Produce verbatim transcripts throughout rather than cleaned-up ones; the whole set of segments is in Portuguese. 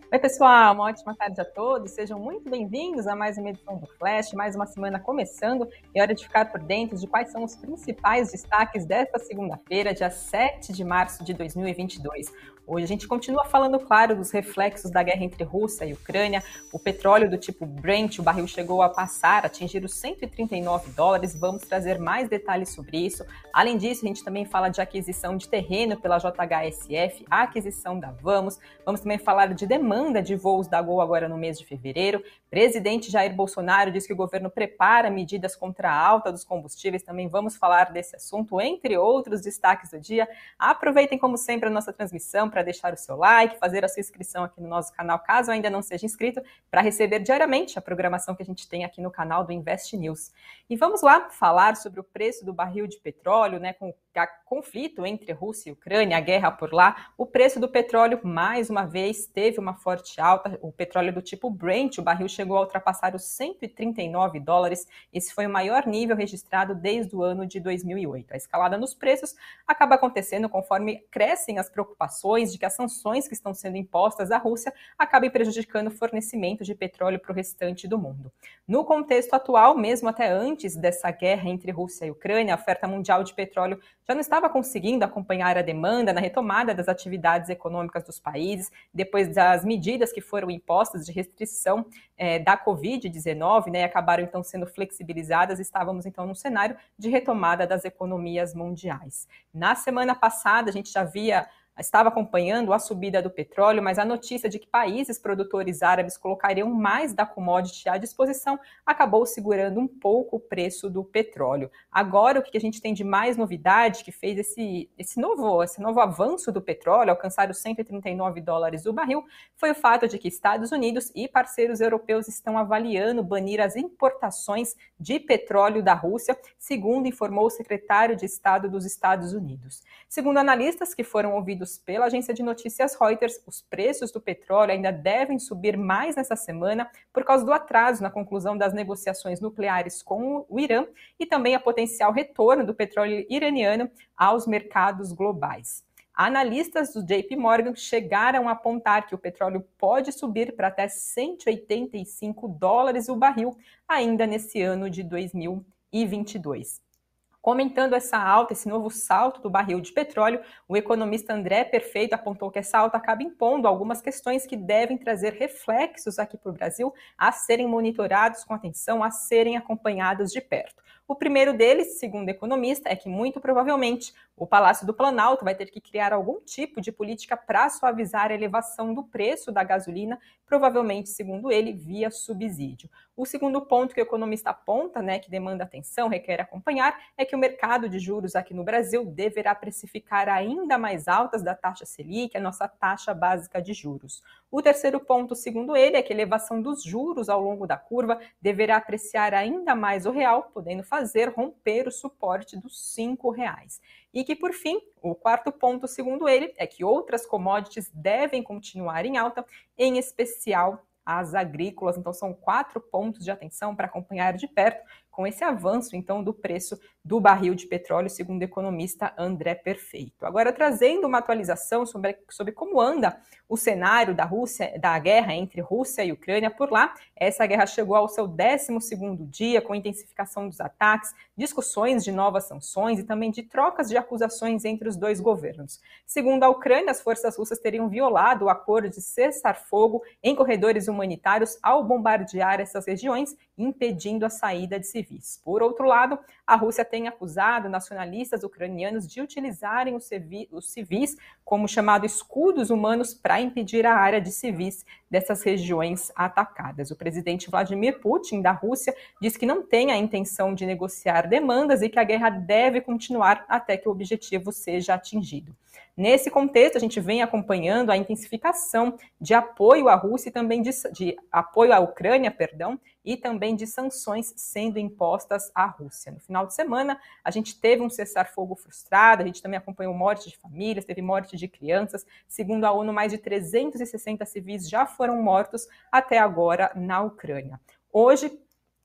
Oi, pessoal, uma ótima tarde a todos. Sejam muito bem-vindos a mais uma edição do Flash, mais uma semana começando. É hora de ficar por dentro de quais são os principais destaques desta segunda-feira, dia sete de março de dois mil e vinte e dois. Hoje a gente continua falando, claro, dos reflexos da guerra entre Rússia e Ucrânia. O petróleo do tipo Brent, o barril chegou a passar, atingir os cento e trinta e nove dólares. Vamos trazer mais detalhes sobre isso. Além disso, a gente também fala de aquisição de terreno pela J H S F, a aquisição da Vamos. Vamos também falar de demanda de voos da Gol agora no mês de fevereiro. Presidente Jair Bolsonaro diz que o governo prepara medidas contra a alta dos combustíveis. Também vamos falar desse assunto, entre outros destaques do dia. Aproveitem, como sempre, a nossa transmissão para deixar o seu like, fazer a sua inscrição aqui no nosso canal, caso ainda não seja inscrito, para receber diariamente a programação que a gente tem aqui no canal do Invest News. E vamos lá falar sobre o preço do barril de petróleo, né, com o conflito entre Rússia e Ucrânia, a guerra por lá. O preço do petróleo, mais uma vez, teve uma forte alta. O petróleo do tipo Brent, o barril chegou a ultrapassar os cento e trinta e nove dólares. Esse foi o maior nível registrado desde o ano de dois mil e oito. A escalada nos preços acaba acontecendo conforme crescem as preocupações de que as sanções que estão sendo impostas à Rússia acabem prejudicando o fornecimento de petróleo para o restante do mundo. No contexto atual, mesmo até antes dessa guerra entre Rússia e Ucrânia, a oferta mundial de petróleo já não estava conseguindo acompanhar a demanda na retomada das atividades econômicas dos países, depois das medidas que foram impostas de restrição é, da covid dezenove, né, e acabaram então sendo flexibilizadas. Estávamos então num cenário de retomada das economias mundiais. Na semana passada, a gente já via estava acompanhando a subida do petróleo, mas a notícia de que países produtores árabes colocariam mais da commodity à disposição acabou segurando um pouco o preço do petróleo. Agora, o que a gente tem de mais novidade que fez esse, esse, novo, esse novo avanço do petróleo, alcançar os cento e trinta e nove dólares o barril, foi o fato de que Estados Unidos e parceiros europeus estão avaliando banir as importações de petróleo da Rússia, segundo informou o secretário de Estado dos Estados Unidos. Segundo analistas que foram ouvidos pela agência de notícias Reuters, os preços do petróleo ainda devem subir mais nessa semana por causa do atraso na conclusão das negociações nucleares com o Irã e também a potencial retorno do petróleo iraniano aos mercados globais. Analistas do J P Morgan chegaram a apontar que o petróleo pode subir para até cento e oitenta e cinco dólares o barril ainda nesse ano de dois mil e vinte e dois. Comentando essa alta, esse novo salto do barril de petróleo, o economista André Perfeito apontou que essa alta acaba impondo algumas questões que devem trazer reflexos aqui para o Brasil a serem monitorados com atenção, a serem acompanhados de perto. O primeiro deles, segundo o economista, é que muito provavelmente o Palácio do Planalto vai ter que criar algum tipo de política para suavizar a elevação do preço da gasolina, provavelmente, segundo ele, via subsídio. O segundo ponto que o economista aponta, né, que demanda atenção, requer acompanhar, é que o mercado de juros aqui no Brasil deverá precificar ainda mais altas da taxa Selic, a nossa taxa básica de juros. O terceiro ponto, segundo ele, é que a elevação dos juros ao longo da curva deverá apreciar ainda mais o real, podendo fazer romper o suporte dos cinco reais. E que, por fim, o quarto ponto, segundo ele, é que outras commodities devem continuar em alta, em especial as agrícolas. Então, são quatro pontos de atenção para acompanhar de perto com esse avanço, então, do preço do barril de petróleo, segundo o economista André Perfeito. Agora, trazendo uma atualização sobre, sobre como anda o cenário da Rússia, da guerra entre Rússia e Ucrânia por lá. Essa guerra chegou ao seu décimo segundo dia, com intensificação dos ataques, discussões de novas sanções e também de trocas de acusações entre os dois governos. Segundo a Ucrânia, as forças russas teriam violado o acordo de cessar-fogo em corredores humanitários ao bombardear essas regiões, impedindo a saída de civis. Por outro lado, a Rússia tem acusado nacionalistas ucranianos de utilizarem os civis como chamado escudos humanos para impedir a área de civis dessas regiões atacadas. O presidente Vladimir Putin, da Rússia, diz que não tem a intenção de negociar demandas e que a guerra deve continuar até que o objetivo seja atingido. Nesse contexto, a gente vem acompanhando a intensificação de apoio à Rússia e também de, de apoio à Ucrânia, perdão, e também de sanções sendo impostas à Rússia. No final de semana, a gente teve um cessar-fogo frustrado, a gente também acompanhou morte de famílias, teve morte de crianças. Segundo a ONU, mais de trezentos e sessenta civis já foram mortos até agora na Ucrânia. Hoje,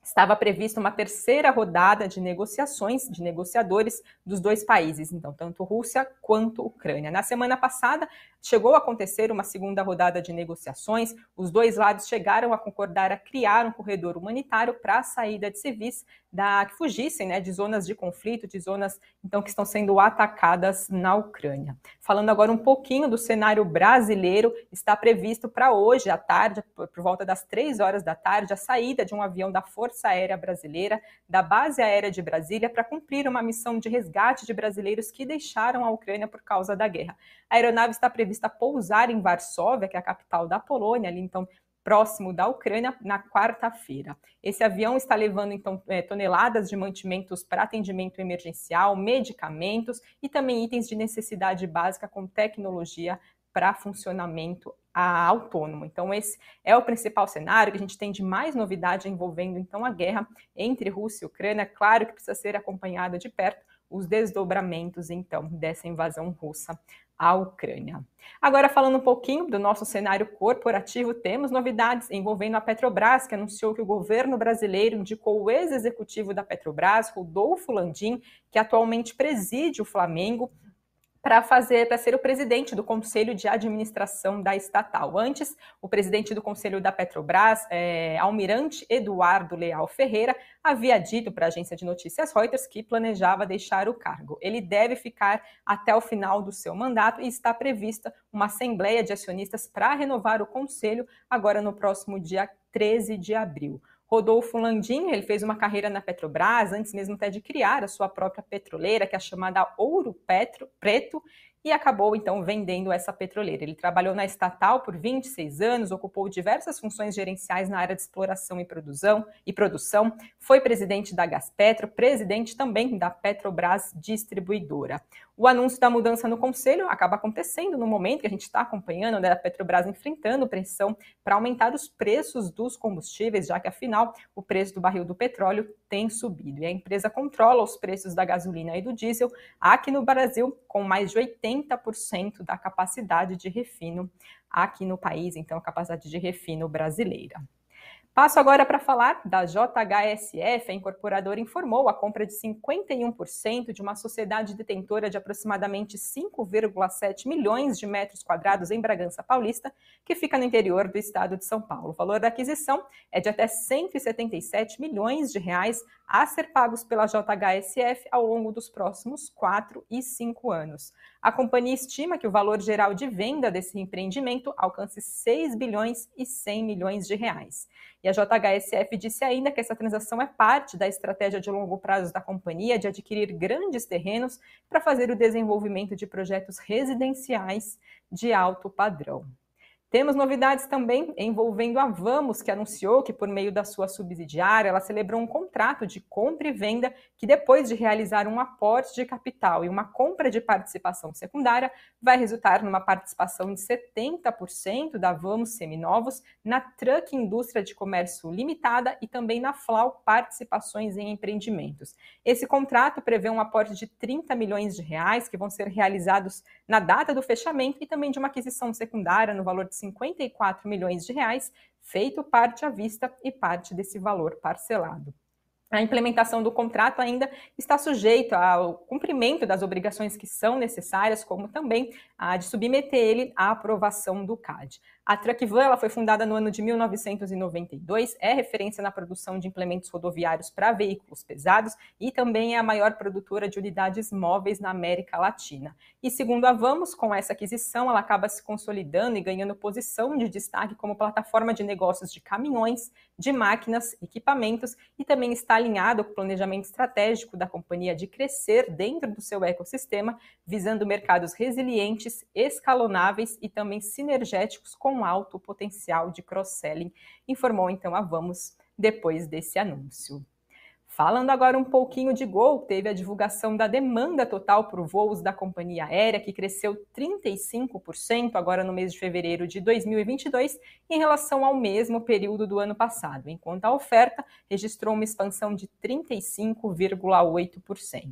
estava prevista uma terceira rodada de negociações, de negociadores dos dois países, então, tanto Rússia quanto Ucrânia. Na semana passada, chegou a acontecer uma segunda rodada de negociações, os dois lados chegaram a concordar a criar um corredor humanitário para a saída de civis da, que fugissem, né, de zonas de conflito, de zonas então que estão sendo atacadas na Ucrânia. Falando agora um pouquinho do cenário brasileiro, está previsto para hoje à tarde, por, por volta das três horas da tarde, a saída de um avião da Força Aérea Brasileira, da Base Aérea de Brasília, para cumprir uma missão de resgate de brasileiros que deixaram a Ucrânia por causa da guerra. A aeronave está prevista pousar em Varsóvia, que é a capital da Polônia, ali então próximo da Ucrânia, na quarta-feira. Esse avião está levando, então, toneladas de mantimentos para atendimento emergencial, medicamentos e também itens de necessidade básica com tecnologia para funcionamento autônomo. Então, esse é o principal cenário que a gente tem de mais novidade envolvendo, então, a guerra entre Rússia e Ucrânia. Claro que precisa ser acompanhada de perto os desdobramentos, então, dessa invasão russa à Ucrânia. Agora, falando um pouquinho do nosso cenário corporativo, temos novidades envolvendo a Petrobras, que anunciou que o governo brasileiro indicou o ex-executivo da Petrobras, Rodolfo Landim, que atualmente preside o Flamengo, para fazer, para ser o presidente do Conselho de Administração da estatal. Antes, o presidente do Conselho da Petrobras, é, Almirante Eduardo Leal Ferreira, havia dito para a agência de notícias Reuters que planejava deixar o cargo. Ele deve ficar até o final do seu mandato e está prevista uma assembleia de acionistas para renovar o conselho agora no próximo dia treze de abril. Rodolfo Landim, ele fez uma carreira na Petrobras, antes mesmo até de criar a sua própria petroleira, que é a chamada Ouro Petro, Preto, e acabou, então, vendendo essa petroleira. Ele trabalhou na estatal por vinte e seis anos, ocupou diversas funções gerenciais na área de exploração e produção, e produção, foi presidente da Gaspetro, presidente também da Petrobras Distribuidora. O anúncio da mudança no conselho acaba acontecendo no momento que a gente está acompanhando, né, a Petrobras enfrentando pressão para aumentar os preços dos combustíveis, já que, afinal, o preço do barril do petróleo tem subido. E a empresa controla os preços da gasolina e do diesel aqui no Brasil, com mais de oitenta por cento da capacidade de refino aqui no país, então a capacidade de refino brasileira. Passo agora para falar da J H S F. A incorporadora informou a compra de cinquenta e um por cento de uma sociedade detentora de aproximadamente cinco vírgula sete milhões de metros quadrados em Bragança Paulista, que fica no interior do estado de São Paulo. O valor da aquisição é de até cento e setenta e sete milhões de reais a ser pagos pela J H S F ao longo dos próximos quatro e cinco anos. A companhia estima que o valor geral de venda desse empreendimento alcance seis bilhões e cem milhões de reais. E a J H S F disse ainda que essa transação é parte da estratégia de longo prazo da companhia de adquirir grandes terrenos para fazer o desenvolvimento de projetos residenciais de alto padrão. Temos novidades também envolvendo a Vamos, que anunciou que, por meio da sua subsidiária, ela celebrou um contrato de compra e venda que, depois de realizar um aporte de capital e uma compra de participação secundária, vai resultar numa participação de setenta por cento da Vamos Seminovos, na Truck Indústria de Comércio Limitada e também na Flau Participações em Empreendimentos. Esse contrato prevê um aporte de trinta milhões de reais que vão ser realizados na data do fechamento e também de uma aquisição secundária no valor de cinquenta e quatro milhões de reais, feito parte à vista e parte desse valor parcelado. A implementação do contrato ainda está sujeita ao cumprimento das obrigações que são necessárias, como também a de submeter ele à aprovação do C A D. A Truckvan ela foi fundada no ano de mil novecentos e noventa e dois, é referência na produção de implementos rodoviários para veículos pesados e também é a maior produtora de unidades móveis na América Latina. E segundo a Vamos, com essa aquisição, ela acaba se consolidando e ganhando posição de destaque como plataforma de negócios de caminhões, de máquinas, equipamentos e também está alinhado com o planejamento estratégico da companhia de crescer dentro do seu ecossistema, visando mercados resilientes, escalonáveis e também sinergéticos com alto potencial de cross-selling, informou então a Vamos depois desse anúncio. Falando agora um pouquinho de Gol, teve a divulgação da demanda total por voos da companhia aérea, que cresceu trinta e cinco por cento agora no mês de fevereiro de dois mil e vinte e dois, em relação ao mesmo período do ano passado, enquanto a oferta registrou uma expansão de trinta e cinco vírgula oito por cento.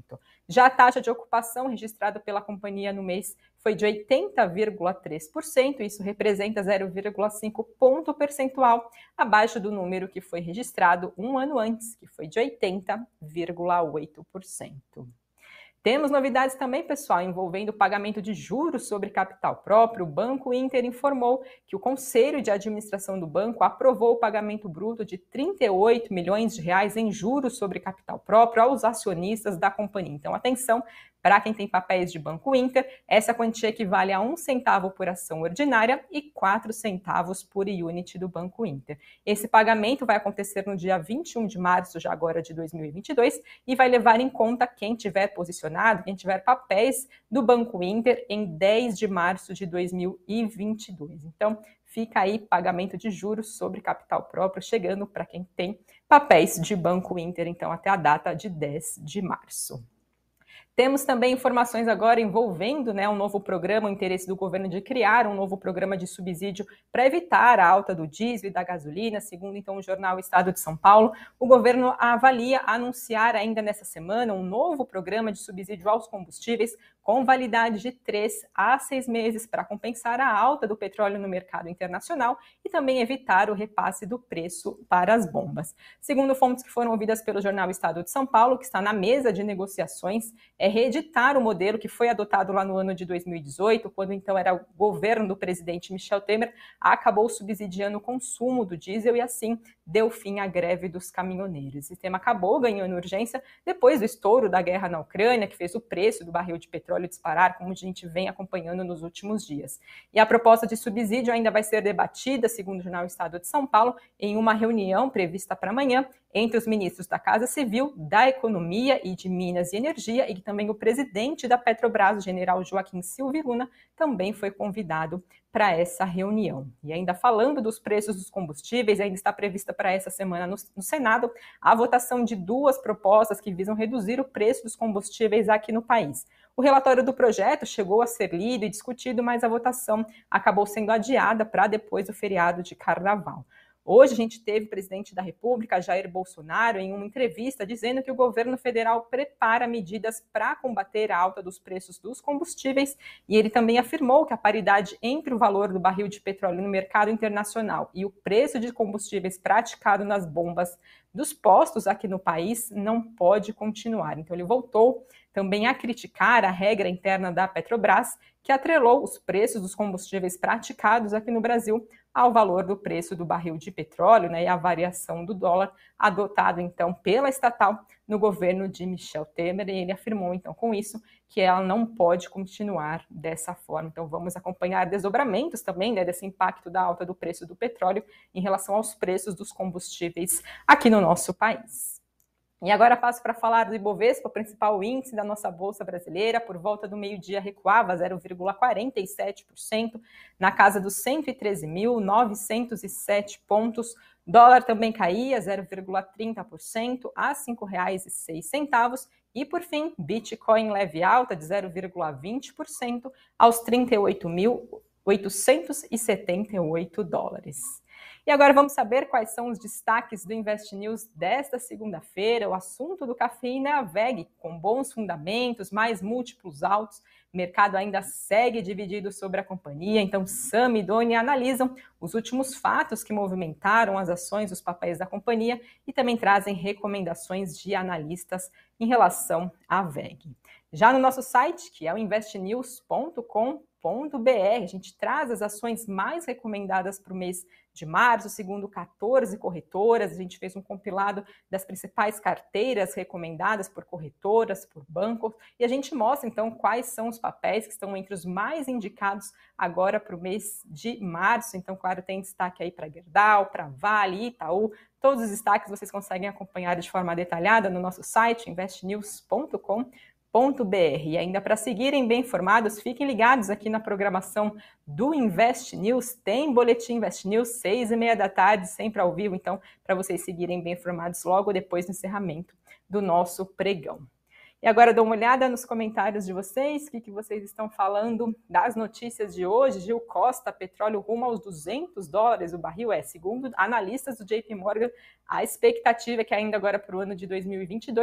Já a taxa de ocupação registrada pela companhia no mês foi de oitenta vírgula três por cento, isso representa zero vírgula cinco ponto percentual abaixo do número que foi registrado um ano antes, que foi de oitenta vírgula oito por cento. Temos novidades também, pessoal, envolvendo o pagamento de juros sobre capital próprio. O Banco Inter informou que o Conselho de Administração do banco aprovou o pagamento bruto de trinta e oito milhões de reais em juros sobre capital próprio aos acionistas da companhia. Então, atenção, para quem tem papéis de Banco Inter, essa quantia equivale a um centavo por ação ordinária e quatro centavos por unit do Banco Inter. Esse pagamento vai acontecer no dia vinte e um de março, já agora de dois mil e vinte e dois, e vai levar em conta quem tiver posicionado, quem tiver papéis do Banco Inter em dez de março de dois mil e vinte e dois. Então, fica aí pagamento de juros sobre capital próprio, chegando para quem tem papéis de Banco Inter, então, até a data de dez de março. Temos também informações agora envolvendo, né, um novo programa, o interesse do governo de criar um novo programa de subsídio para evitar a alta do diesel e da gasolina. Segundo, então, o jornal Estado de São Paulo, o governo avalia anunciar ainda nessa semana um novo programa de subsídio aos combustíveis com validade de três a seis meses para compensar a alta do petróleo no mercado internacional e também evitar o repasse do preço para as bombas. Segundo fontes que foram ouvidas pelo jornal Estado de São Paulo, que está na mesa de negociações, é reeditar o modelo que foi adotado lá no ano de dois mil e dezoito, quando então era o governo do presidente Michel Temer, acabou subsidiando o consumo do diesel e assim deu fim à greve dos caminhoneiros. O sistema acabou ganhando urgência depois do estouro da guerra na Ucrânia, que fez o preço do barril de petróleo disparar, como a gente vem acompanhando nos últimos dias. E a proposta de subsídio ainda vai ser debatida, segundo o jornal Estado de São Paulo, em uma reunião prevista para amanhã entre os ministros da Casa Civil, da Economia e de Minas e Energia, e também o presidente da Petrobras, o general Joaquim Silva Luna, também foi convidado para essa reunião. E ainda falando dos preços dos combustíveis, ainda está prevista para essa semana no, no Senado a votação de duas propostas que visam reduzir o preço dos combustíveis aqui no país. O relatório do projeto chegou a ser lido e discutido, mas a votação acabou sendo adiada para depois do feriado de Carnaval. Hoje a gente teve o presidente da República, Jair Bolsonaro, em uma entrevista dizendo que o governo federal prepara medidas para combater a alta dos preços dos combustíveis e ele também afirmou que a paridade entre o valor do barril de petróleo no mercado internacional e o preço de combustíveis praticado nas bombas dos postos aqui no país não pode continuar. Então ele voltou também a criticar a regra interna da Petrobras, que atrelou os preços dos combustíveis praticados aqui no Brasil ao valor do preço do barril de petróleo, né, e a variação do dólar adotado, então, pela estatal no governo de Michel Temer. E ele afirmou, então, com isso, que ela não pode continuar dessa forma. Então, vamos acompanhar desdobramentos também, né, desse impacto da alta do preço do petróleo em relação aos preços dos combustíveis aqui no nosso país. E agora passo para falar do Ibovespa, o principal índice da nossa Bolsa Brasileira. Por volta do meio-dia recuava zero vírgula quarenta e sete por cento, na casa dos cento e treze mil novecentos e sete pontos. Dólar também caía zero vírgula trinta por cento a cinco reais e seis centavos. E, por fim, Bitcoin leve alta de zero vírgula vinte por cento aos trinta e oito mil oitocentos e setenta e oito dólares. E agora vamos saber quais são os destaques do Invest News desta segunda-feira. O assunto do cafeína é a V E G, com bons fundamentos, mais múltiplos altos. O mercado ainda segue dividido sobre a companhia, então Sam e Doni analisam os últimos fatos que movimentaram as ações dos papéis da companhia e também trazem recomendações de analistas em relação à V E G. Já no nosso site, que é o invest news ponto com ponto b r, a gente traz as ações mais recomendadas para o mês de março, segundo quatorze corretoras. A gente fez um compilado das principais carteiras recomendadas por corretoras, por bancos, e a gente mostra então quais são os papéis que estão entre os mais indicados agora para o mês de março. Então, claro, tem destaque aí para Gerdau, para Vale, Itaú. Todos os destaques vocês conseguem acompanhar de forma detalhada no nosso site, invest news ponto com ponto b r. E ainda para seguirem bem informados, fiquem ligados aqui na programação do Invest News. Tem boletim Invest News, seis e meia da tarde, sempre ao vivo, então, para vocês seguirem bem informados logo depois do encerramento do nosso pregão. E agora dou uma olhada nos comentários de vocês, o que, que vocês estão falando das notícias de hoje. Gil Costa, petróleo rumo aos duzentos dólares o barril. É, segundo analistas do J P Morgan, a expectativa é que ainda agora para o ano de dois mil e vinte e dois,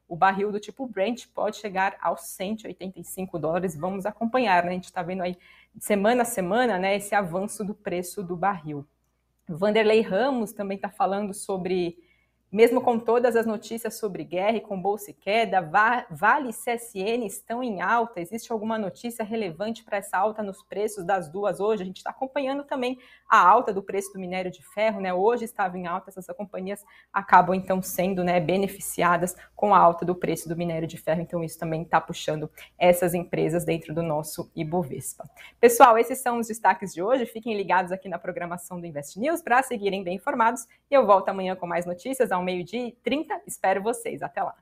o barril do tipo Brent pode chegar aos cento e oitenta e cinco dólares. Vamos acompanhar, né? A gente está vendo aí semana a semana, né, esse avanço do preço do barril. Vanderlei Ramos também está falando sobre, mesmo com todas as notícias sobre guerra e com bolsa e queda, Vale e C S N estão em alta. Existe alguma notícia relevante para essa alta nos preços das duas hoje? A gente está acompanhando também a alta do preço do minério de ferro, né? Hoje estava em alta, essas companhias acabam então sendo, né, beneficiadas com a alta do preço do minério de ferro. Então isso também está puxando essas empresas dentro do nosso Ibovespa. Pessoal, esses são os destaques de hoje. Fiquem ligados aqui na programação do Invest News para seguirem bem informados. E eu volto amanhã com mais notícias ao meio-dia e trinta. Espero vocês. Até lá.